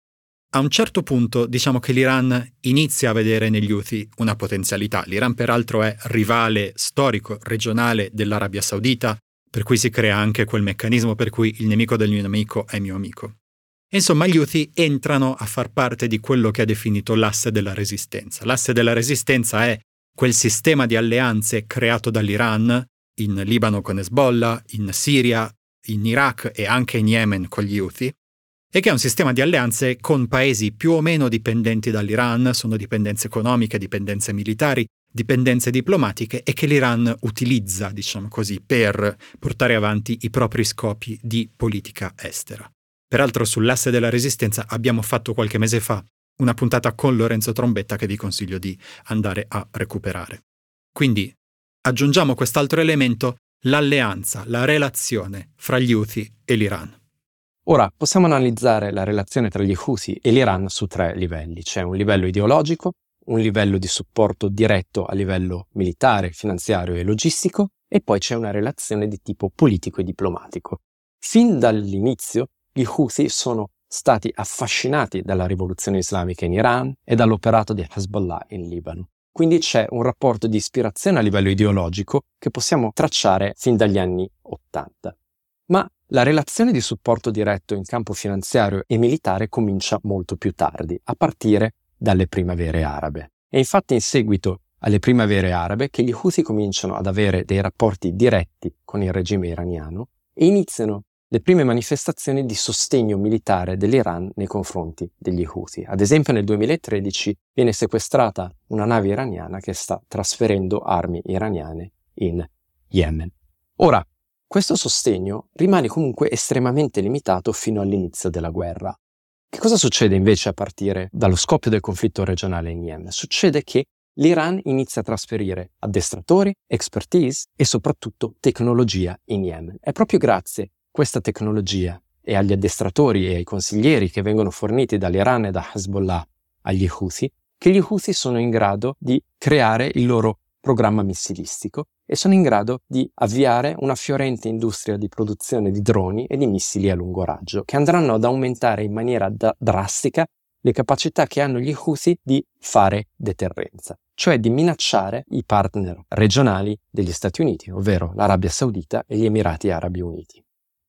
a un certo punto diciamo che l'Iran inizia a vedere negli Houthi una potenzialità. L'Iran peraltro è rivale storico, regionale dell'Arabia Saudita, per cui si crea anche quel meccanismo per cui il nemico del mio nemico è mio amico. Insomma, gli Houthi entrano a far parte di quello che ha definito l'asse della resistenza. L'asse della resistenza è quel sistema di alleanze creato dall'Iran in Libano con Hezbollah, in Siria, in Iraq e anche in Yemen con gli Houthi, e che è un sistema di alleanze con paesi più o meno dipendenti dall'Iran, sono dipendenze economiche, dipendenze militari, dipendenze diplomatiche, e che l'Iran utilizza, diciamo così, per portare avanti i propri scopi di politica estera. Peraltro sull'asse della resistenza abbiamo fatto qualche mese fa una puntata con Lorenzo Trombetta che vi consiglio di andare a recuperare. Quindi aggiungiamo quest'altro elemento, l'alleanza, la relazione fra gli Houthi e l'Iran. Ora, possiamo analizzare la relazione tra gli Houthi e l'Iran su 3 livelli. C'è un livello ideologico, un livello di supporto diretto a livello militare, finanziario e logistico, e poi c'è una relazione di tipo politico e diplomatico. Fin dall'inizio, gli Houthi sono stati affascinati dalla rivoluzione islamica in Iran e dall'operato di Hezbollah in Libano. Quindi c'è un rapporto di ispirazione a livello ideologico che possiamo tracciare fin dagli anni '80. Ma la relazione di supporto diretto in campo finanziario e militare comincia molto più tardi, a partire dalle primavere arabe. È infatti in seguito alle primavere arabe che gli Houthi cominciano ad avere dei rapporti diretti con il regime iraniano e iniziano le prime manifestazioni di sostegno militare dell'Iran nei confronti degli Houthi. Ad esempio nel 2013 viene sequestrata una nave iraniana che sta trasferendo armi iraniane in Yemen. Ora, questo sostegno rimane comunque estremamente limitato fino all'inizio della guerra. Che cosa succede invece a partire dallo scoppio del conflitto regionale in Yemen? Succede che l'Iran inizia a trasferire addestratori, expertise e soprattutto tecnologia in Yemen. È proprio grazie a questa tecnologia e agli addestratori e ai consiglieri che vengono forniti dall'Iran e da Hezbollah agli Houthi che gli Houthi sono in grado di creare il loro programma missilistico e sono in grado di avviare una fiorente industria di produzione di droni e di missili a lungo raggio, che andranno ad aumentare in maniera drastica le capacità che hanno gli Houthi di fare deterrenza, cioè di minacciare i partner regionali degli Stati Uniti, ovvero l'Arabia Saudita e gli Emirati Arabi Uniti.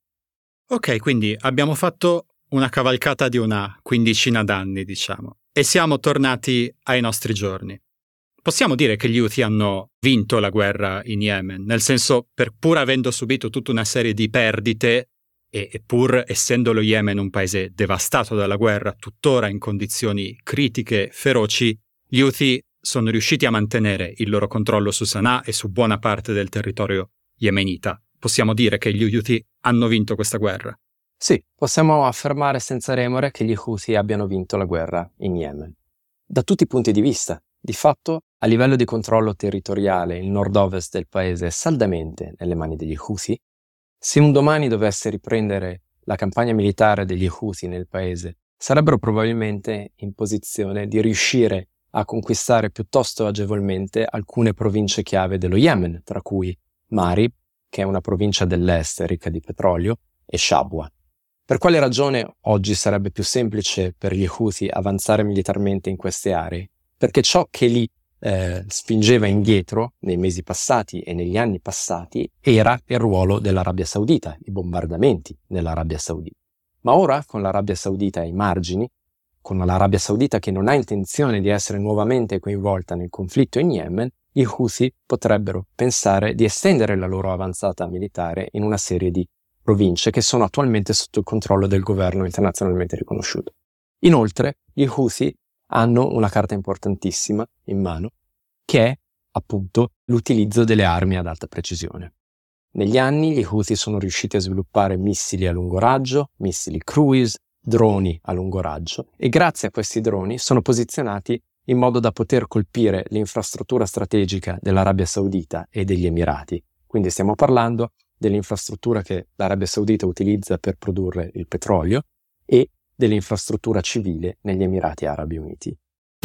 Ok, quindi abbiamo fatto una cavalcata di una quindicina d'anni, diciamo, e siamo tornati ai nostri giorni. Possiamo dire che gli Houthi hanno vinto la guerra in Yemen, nel senso, pur avendo subito tutta una serie di perdite e pur essendo lo Yemen un paese devastato dalla guerra, tuttora in condizioni critiche, feroci, gli Houthi sono riusciti a mantenere il loro controllo su Sana'a e su buona parte del territorio yemenita. Possiamo dire che gli Houthi hanno vinto questa guerra? Sì, possiamo affermare senza remore che gli Houthi abbiano vinto la guerra in Yemen. Da tutti i punti di vista. Di fatto, a livello di controllo territoriale, il nord-ovest del paese è saldamente nelle mani degli Houthi. Se un domani dovesse riprendere la campagna militare degli Houthi nel paese, sarebbero probabilmente in posizione di riuscire a conquistare piuttosto agevolmente alcune province chiave dello Yemen, tra cui Marib, che è una provincia dell'est ricca di petrolio, e Shabwa. Per quale ragione oggi sarebbe più semplice per gli Houthi avanzare militarmente in queste aree? Perché ciò che li spingeva indietro nei mesi passati e negli anni passati era il ruolo dell'Arabia Saudita, i bombardamenti nell'Arabia Saudita. Ma ora, con l'Arabia Saudita ai margini, con l'Arabia Saudita che non ha intenzione di essere nuovamente coinvolta nel conflitto in Yemen, gli Houthi potrebbero pensare di estendere la loro avanzata militare in una serie di province che sono attualmente sotto il controllo del governo internazionalmente riconosciuto. Inoltre, gli Houthi hanno una carta importantissima in mano, che è appunto l'utilizzo delle armi ad alta precisione. Negli anni gli Houthi sono riusciti a sviluppare missili a lungo raggio, missili cruise, droni a lungo raggio e grazie a questi droni sono posizionati in modo da poter colpire l'infrastruttura strategica dell'Arabia Saudita e degli Emirati. Quindi stiamo parlando dell'infrastruttura che l'Arabia Saudita utilizza per produrre il petrolio e dell'infrastruttura civile negli Emirati Arabi Uniti.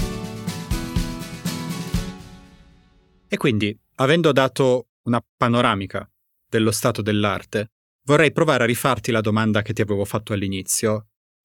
E quindi, avendo dato una panoramica dello stato dell'arte, vorrei provare a rifarti la domanda che ti avevo fatto all'inizio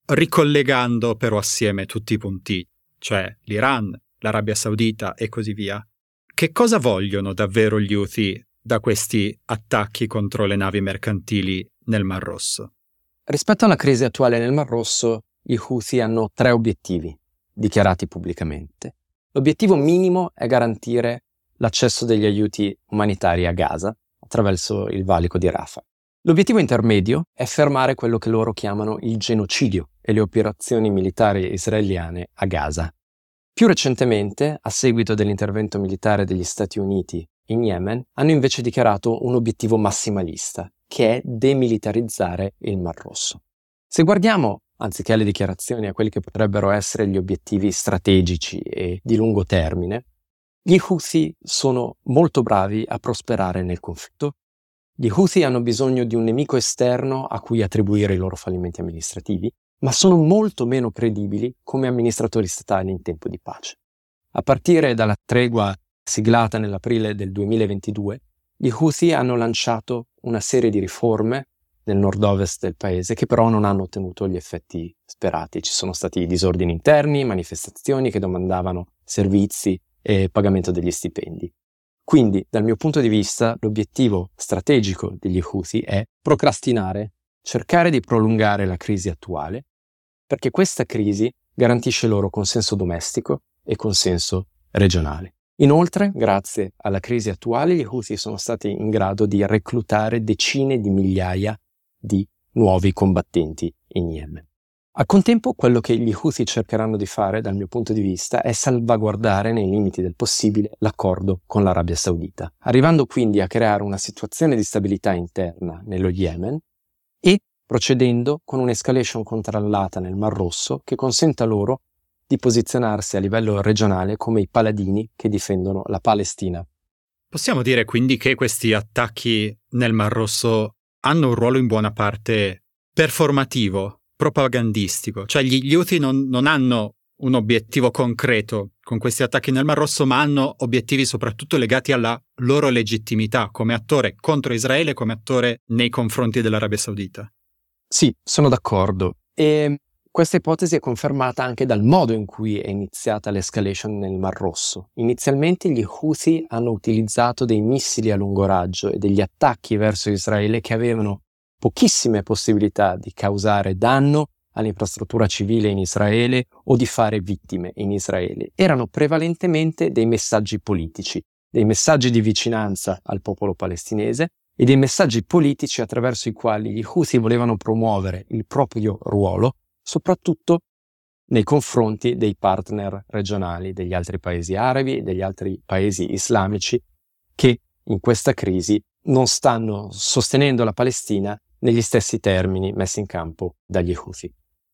ricollegando però assieme tutti i punti, cioè l'Iran, l'Arabia Saudita e così via, che cosa vogliono davvero gli Houthi da questi attacchi contro le navi mercantili nel Mar Rosso? Rispetto alla crisi attuale nel Mar Rosso, gli Houthi hanno 3 obiettivi dichiarati pubblicamente. L'obiettivo minimo è garantire l'accesso degli aiuti umanitari a Gaza attraverso il valico di Rafah. L'obiettivo intermedio è fermare quello che loro chiamano il genocidio e le operazioni militari israeliane a Gaza. Più recentemente, a seguito dell'intervento militare degli Stati Uniti in Yemen, hanno invece dichiarato un obiettivo massimalista, che è demilitarizzare il Mar Rosso. Se guardiamo, anziché alle dichiarazioni, a quelli che potrebbero essere gli obiettivi strategici e di lungo termine, gli Houthi sono molto bravi a prosperare nel conflitto. Gli Houthi hanno bisogno di un nemico esterno a cui attribuire i loro fallimenti amministrativi, ma sono molto meno credibili come amministratori statali in tempo di pace. A partire dalla tregua siglata nell'aprile del 2022, gli Houthi hanno lanciato una serie di riforme nel nord-ovest del paese che però non hanno ottenuto gli effetti sperati. Ci sono stati disordini interni, manifestazioni che domandavano servizi e pagamento degli stipendi. Quindi, dal mio punto di vista, l'obiettivo strategico degli Houthi è procrastinare, cercare di prolungare la crisi attuale, perché questa crisi garantisce loro consenso domestico e consenso regionale. Inoltre, grazie alla crisi attuale, gli Houthi sono stati in grado di reclutare decine di migliaia di nuovi combattenti in Yemen. Al contempo, quello che gli Houthi cercheranno di fare, dal mio punto di vista, è salvaguardare nei limiti del possibile l'accordo con l'Arabia Saudita, arrivando quindi a creare una situazione di stabilità interna nello Yemen e procedendo con un'escalation controllata nel Mar Rosso che consenta loro di posizionarsi a livello regionale come i paladini che difendono la Palestina. Possiamo dire quindi che questi attacchi nel Mar Rosso hanno un ruolo in buona parte performativo, propagandistico, cioè gli Houthi non hanno un obiettivo concreto con questi attacchi nel Mar Rosso, ma hanno obiettivi soprattutto legati alla loro legittimità come attore contro Israele, come attore nei confronti dell'Arabia Saudita. Sì, sono d'accordo. E questa ipotesi è confermata anche dal modo in cui è iniziata l'escalation nel Mar Rosso. Inizialmente gli Houthi hanno utilizzato dei missili a lungo raggio e degli attacchi verso Israele che avevano pochissime possibilità di causare danno all'infrastruttura civile in Israele o di fare vittime in Israele. Erano prevalentemente dei messaggi politici, dei messaggi di vicinanza al popolo palestinese e dei messaggi politici attraverso i quali gli Houthi volevano promuovere il proprio ruolo, soprattutto nei confronti dei partner regionali, degli altri paesi arabi e degli altri paesi islamici che in questa crisi non stanno sostenendo la Palestina negli stessi termini messi in campo dagli Houthi.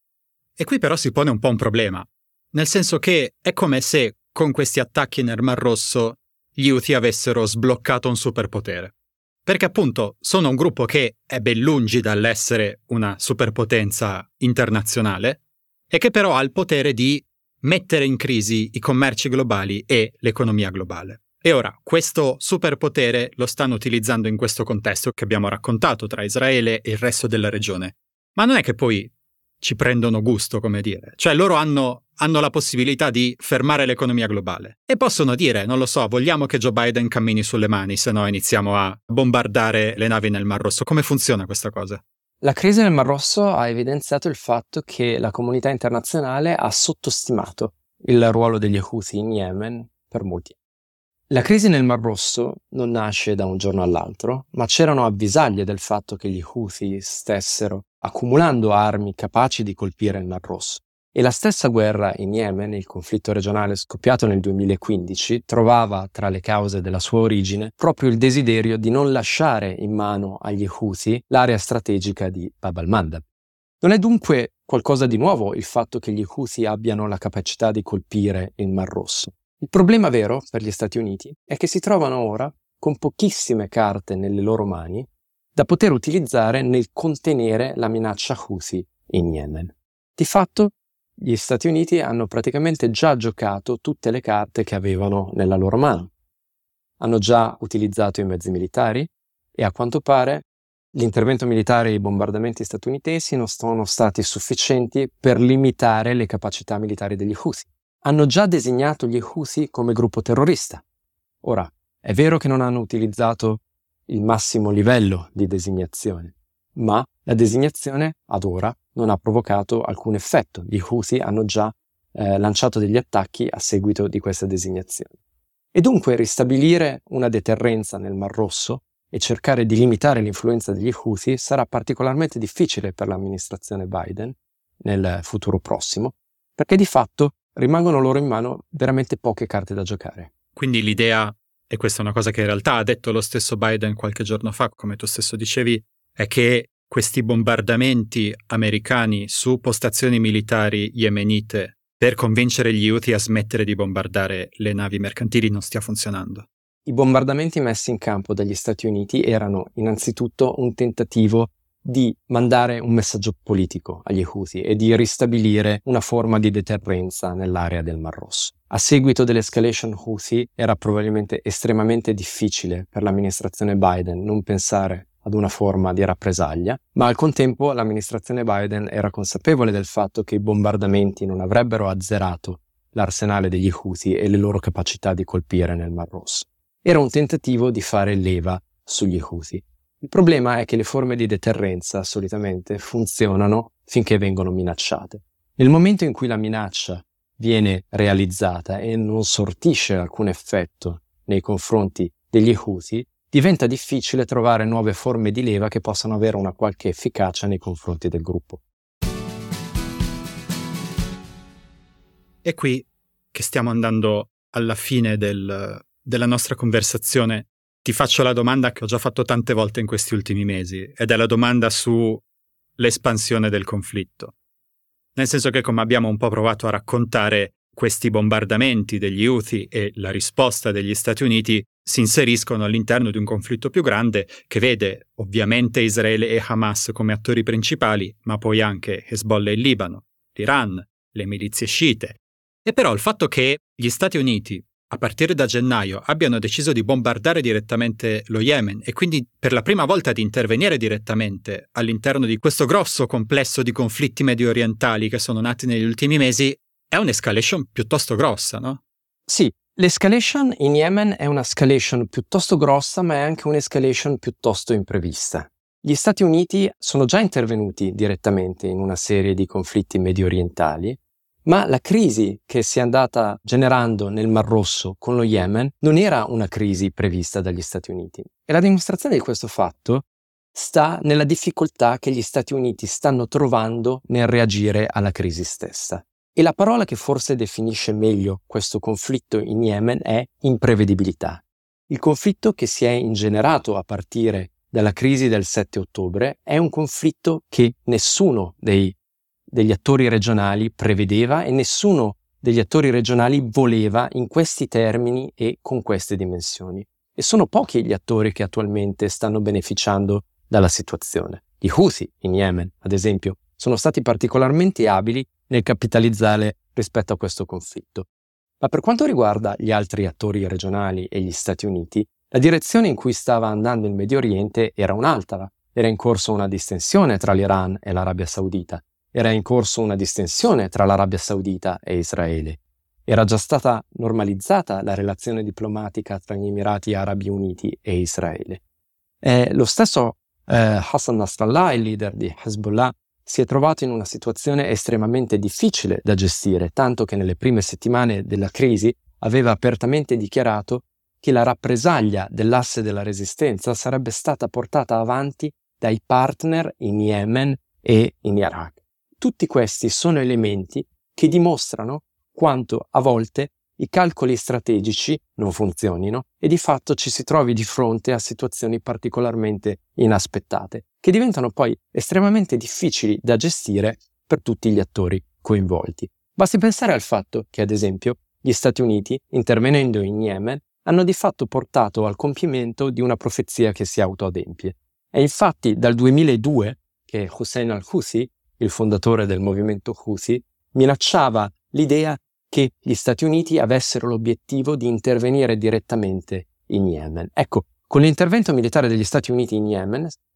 E qui però si pone un po' un problema, nel senso che è come se con questi attacchi nel Mar Rosso gli Houthi avessero sbloccato un superpotere. Perché appunto sono un gruppo che è ben lungi dall'essere una superpotenza internazionale e che però ha il potere di mettere in crisi i commerci globali e l'economia globale. E ora questo superpotere lo stanno utilizzando in questo contesto che abbiamo raccontato tra Israele e il resto della regione. Ma non è che poi ci prendono gusto, come dire. Cioè loro hanno la possibilità di fermare l'economia globale. E possono dire, non lo so, vogliamo che Joe Biden cammini sulle mani, se no iniziamo a bombardare le navi nel Mar Rosso. Come funziona questa cosa? La crisi nel Mar Rosso ha evidenziato il fatto che la comunità internazionale ha sottostimato il ruolo degli Houthi in Yemen per molti anni. La crisi nel Mar Rosso non nasce da un giorno all'altro, ma c'erano avvisaglie del fatto che gli Houthi stessero accumulando armi capaci di colpire il Mar Rosso. E la stessa guerra in Yemen, il conflitto regionale scoppiato nel 2015, trovava tra le cause della sua origine proprio il desiderio di non lasciare in mano agli Houthi l'area strategica di Bab al-Mandab. Non è dunque qualcosa di nuovo il fatto che gli Houthi abbiano la capacità di colpire il Mar Rosso. Il problema vero per gli Stati Uniti è che si trovano ora con pochissime carte nelle loro mani da poter utilizzare nel contenere la minaccia Houthi in Yemen. Di fatto, gli Stati Uniti hanno praticamente già giocato tutte le carte che avevano nella loro mano. Hanno già utilizzato i mezzi militari e a quanto pare l'intervento militare e i bombardamenti statunitensi non sono stati sufficienti per limitare le capacità militari degli Houthi. Hanno già designato gli Houthi come gruppo terrorista. Ora, è vero che non hanno utilizzato il massimo livello di designazione, ma la designazione ad ora non ha provocato alcun effetto. Gli Houthi hanno già lanciato degli attacchi a seguito di questa designazione. E dunque ristabilire una deterrenza nel Mar Rosso e cercare di limitare l'influenza degli Houthi sarà particolarmente difficile per l'amministrazione Biden nel futuro prossimo, perché di fatto rimangono loro in mano veramente poche carte da giocare. Quindi l'idea, e questa è una cosa che in realtà ha detto lo stesso Biden qualche giorno fa, come tu stesso dicevi, è che questi bombardamenti americani su postazioni militari yemenite per convincere gli Houthi a smettere di bombardare le navi mercantili non stia funzionando. I bombardamenti messi in campo dagli Stati Uniti erano innanzitutto un tentativo di mandare un messaggio politico agli Houthi e di ristabilire una forma di deterrenza nell'area del Mar Rosso. A seguito dell'escalation Houthi era probabilmente estremamente difficile per l'amministrazione Biden non pensare ad una forma di rappresaglia, ma al contempo l'amministrazione Biden era consapevole del fatto che i bombardamenti non avrebbero azzerato l'arsenale degli Houthi e le loro capacità di colpire nel Mar Rosso. Era un tentativo di fare leva sugli Houthi. Il problema è che le forme di deterrenza solitamente funzionano finché vengono minacciate. Nel momento in cui la minaccia viene realizzata e non sortisce alcun effetto nei confronti degli Houthi, diventa difficile trovare nuove forme di leva che possano avere una qualche efficacia nei confronti del gruppo. È qui che stiamo andando alla fine della nostra conversazione. Ti faccio la domanda che ho già fatto tante volte in questi ultimi mesi, ed è la domanda sull'espansione del conflitto. Nel senso che, come abbiamo un po' provato a raccontare, questi bombardamenti degli Houthi e la risposta degli Stati Uniti si inseriscono all'interno di un conflitto più grande che vede ovviamente Israele e Hamas come attori principali, ma poi anche Hezbollah in Libano, l'Iran, le milizie sciite. E però il fatto che gli Stati Uniti a partire da gennaio abbiano deciso di bombardare direttamente lo Yemen e quindi per la prima volta di intervenire direttamente all'interno di questo grosso complesso di conflitti medio orientali che sono nati negli ultimi mesi, è un'escalation piuttosto grossa, no? Sì, l'escalation in Yemen è un'escalation piuttosto grossa, ma è anche un'escalation piuttosto imprevista. Gli Stati Uniti sono già intervenuti direttamente in una serie di conflitti medio orientali, ma la crisi che si è andata generando nel Mar Rosso con lo Yemen non era una crisi prevista dagli Stati Uniti. E la dimostrazione di questo fatto sta nella difficoltà che gli Stati Uniti stanno trovando nel reagire alla crisi stessa. E la parola che forse definisce meglio questo conflitto in Yemen è imprevedibilità. Il conflitto che si è ingenerato a partire dalla crisi del 7 ottobre è un conflitto che nessuno degli attori regionali prevedeva e nessuno degli attori regionali voleva in questi termini e con queste dimensioni. E sono pochi gli attori che attualmente stanno beneficiando dalla situazione. Gli Houthi in Yemen, ad esempio, sono stati particolarmente abili nel capitalizzare rispetto a questo conflitto. Ma per quanto riguarda gli altri attori regionali e gli Stati Uniti, la direzione in cui stava andando il Medio Oriente era un'altra. Era in corso una distensione tra l'Iran e l'Arabia Saudita. Era in corso una distensione tra l'Arabia Saudita e Israele. Era già stata normalizzata la relazione diplomatica tra gli Emirati Arabi Uniti e Israele. Lo stesso Hassan Nasrallah, il leader di Hezbollah, si è trovato in una situazione estremamente difficile da gestire, tanto che nelle prime settimane della crisi aveva apertamente dichiarato che la rappresaglia dell'asse della resistenza sarebbe stata portata avanti dai partner in Yemen e in Iraq. Tutti questi sono elementi che dimostrano quanto a volte i calcoli strategici non funzionino e di fatto ci si trovi di fronte a situazioni particolarmente inaspettate, che diventano poi estremamente difficili da gestire per tutti gli attori coinvolti. Basti pensare al fatto che, ad esempio, gli Stati Uniti, intervenendo in Yemen, hanno di fatto portato al compimento di una profezia che si autoadempie. È infatti dal 2002 che Hussein al-Houthi, il fondatore del movimento Houthi, minacciava l'idea che gli Stati Uniti avessero l'obiettivo di intervenire direttamente in Yemen. Ecco, con l'intervento militare degli Stati Uniti in Yemen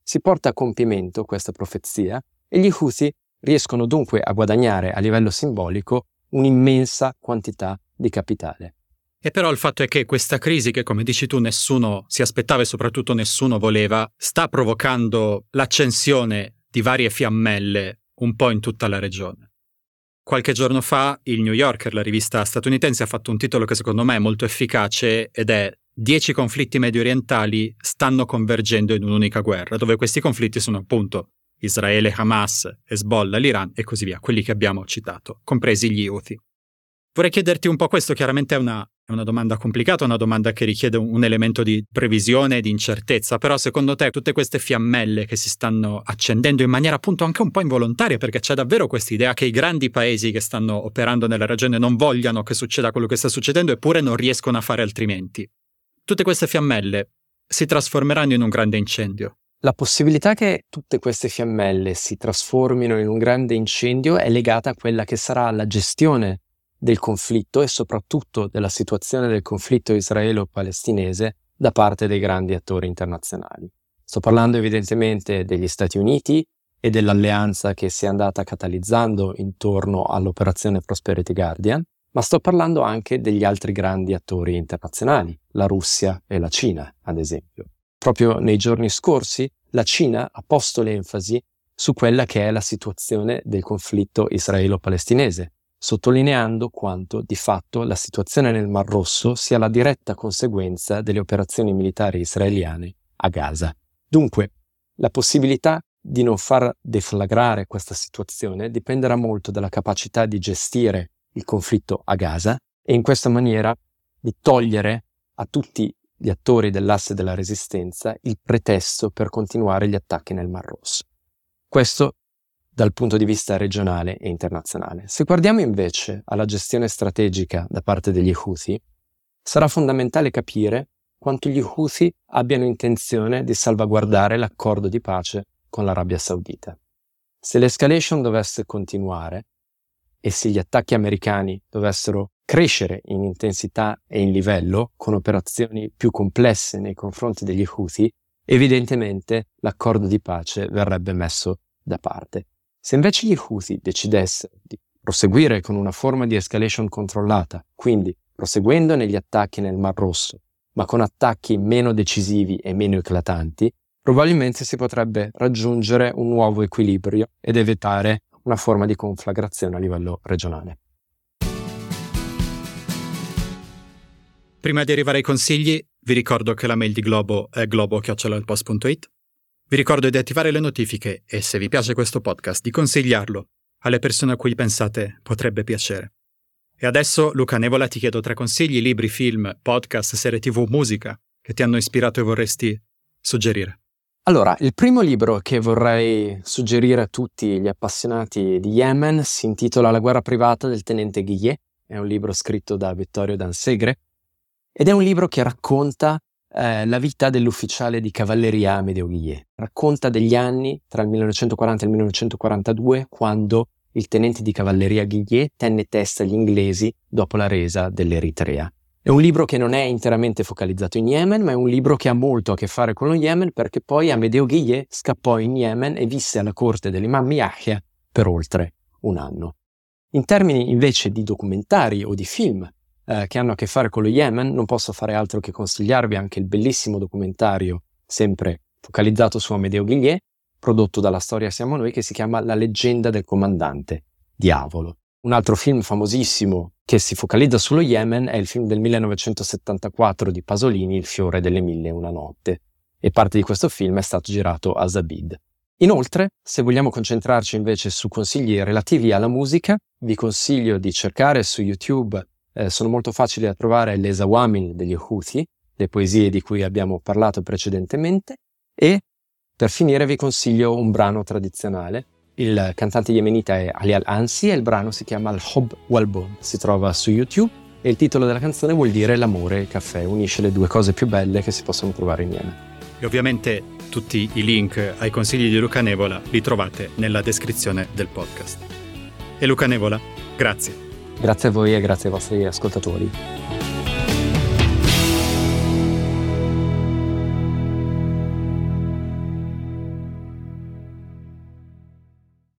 si porta a compimento questa profezia e gli Houthi riescono dunque a guadagnare a livello simbolico un'immensa quantità di capitale. E però il fatto è che questa crisi, che come dici tu nessuno si aspettava e soprattutto nessuno voleva, sta provocando l'accensione di varie fiammelle un po' in tutta la regione. Qualche giorno fa il New Yorker, la rivista statunitense, ha fatto un titolo che secondo me è molto efficace ed è 10 conflitti medio orientali stanno convergendo in un'unica guerra, dove questi conflitti sono appunto Israele, Hamas, Hezbollah, l'Iran e così via, quelli che abbiamo citato, compresi gli Houthi. Vorrei chiederti un po' questo, chiaramente è una domanda complicata, una domanda che richiede un elemento di previsione e di incertezza, però secondo te tutte queste fiammelle che si stanno accendendo in maniera appunto anche un po' involontaria, perché c'è davvero questa idea che i grandi paesi che stanno operando nella regione non vogliano che succeda quello che sta succedendo eppure non riescono a fare altrimenti. Tutte queste fiammelle si trasformeranno in un grande incendio. La possibilità che tutte queste fiammelle si trasformino in un grande incendio è legata a quella che sarà la gestione del conflitto e soprattutto della situazione del conflitto israelo-palestinese da parte dei grandi attori internazionali. Sto parlando evidentemente degli Stati Uniti e dell'alleanza che si è andata catalizzando intorno all'operazione Prosperity Guardian, ma sto parlando anche degli altri grandi attori internazionali, la Russia e la Cina, ad esempio. Proprio nei giorni scorsi la Cina ha posto l'enfasi su quella che è la situazione del conflitto israelo-palestinese, sottolineando quanto di fatto la situazione nel Mar Rosso sia la diretta conseguenza delle operazioni militari israeliane a Gaza. Dunque, la possibilità di non far deflagrare questa situazione dipenderà molto dalla capacità di gestire il conflitto a Gaza e in questa maniera di togliere a tutti gli attori dell'asse della resistenza il pretesto per continuare gli attacchi nel Mar Rosso. Questo dal punto di vista regionale e internazionale. Se guardiamo invece alla gestione strategica da parte degli Houthi, sarà fondamentale capire quanto gli Houthi abbiano intenzione di salvaguardare l'accordo di pace con l'Arabia Saudita. Se l'escalation dovesse continuare e se gli attacchi americani dovessero crescere in intensità e in livello, con operazioni più complesse nei confronti degli Houthi, evidentemente l'accordo di pace verrebbe messo da parte. Se invece gli Houthi decidessero di proseguire con una forma di escalation controllata, quindi proseguendo negli attacchi nel Mar Rosso, ma con attacchi meno decisivi e meno eclatanti, probabilmente si potrebbe raggiungere un nuovo equilibrio ed evitare una forma di conflagrazione a livello regionale. Prima di arrivare ai consigli, vi ricordo che la mail di Globo è globo@ilpost.it. Vi ricordo di attivare le notifiche e, se vi piace questo podcast, di consigliarlo alle persone a cui pensate potrebbe piacere. E adesso, Luca Nevola, ti chiedo 3 consigli, libri, film, podcast, serie TV, musica che ti hanno ispirato e vorresti suggerire. Allora, il primo libro che vorrei suggerire a tutti gli appassionati di Yemen si intitola La guerra privata del tenente Guillet. È un libro scritto da Vittorio Dansegre ed è un libro che racconta la vita dell'ufficiale di cavalleria Amedeo Guillet. Racconta degli anni tra il 1940 e il 1942, quando il tenente di cavalleria Guillet tenne testa agli inglesi dopo la resa dell'Eritrea. È un libro che non è interamente focalizzato in Yemen, ma è un libro che ha molto a che fare con lo Yemen, perché poi Amedeo Guillet scappò in Yemen e visse alla corte dell'imam Yahya per oltre un anno. In termini invece di documentari o di film che hanno a che fare con lo Yemen, non posso fare altro che consigliarvi anche il bellissimo documentario, sempre focalizzato su Amedeo Guillet, prodotto dalla Storia Siamo Noi, che si chiama La leggenda del comandante Diavolo. Un altro film famosissimo che si focalizza sullo Yemen è il film del 1974 di Pasolini, Il fiore delle 1001 notte, e parte di questo film è stato girato a Zabid. Inoltre, se vogliamo concentrarci invece su consigli relativi alla musica, vi consiglio di cercare su YouTube, sono molto facili da trovare, le Zawamil degli Houthi, le poesie di cui abbiamo parlato precedentemente, e per finire vi consiglio un brano tradizionale. Il cantante yemenita è Ali Al-Ansi e il brano si chiama Al-Hob Wal-Bon, si trova su YouTube e il titolo della canzone vuol dire l'amore e il caffè, unisce le due cose più belle che si possono trovare in Yemen. E ovviamente tutti i link ai consigli di Luca Nevola li trovate nella descrizione del podcast. E Luca Nevola, grazie. Grazie a voi e grazie ai vostri ascoltatori.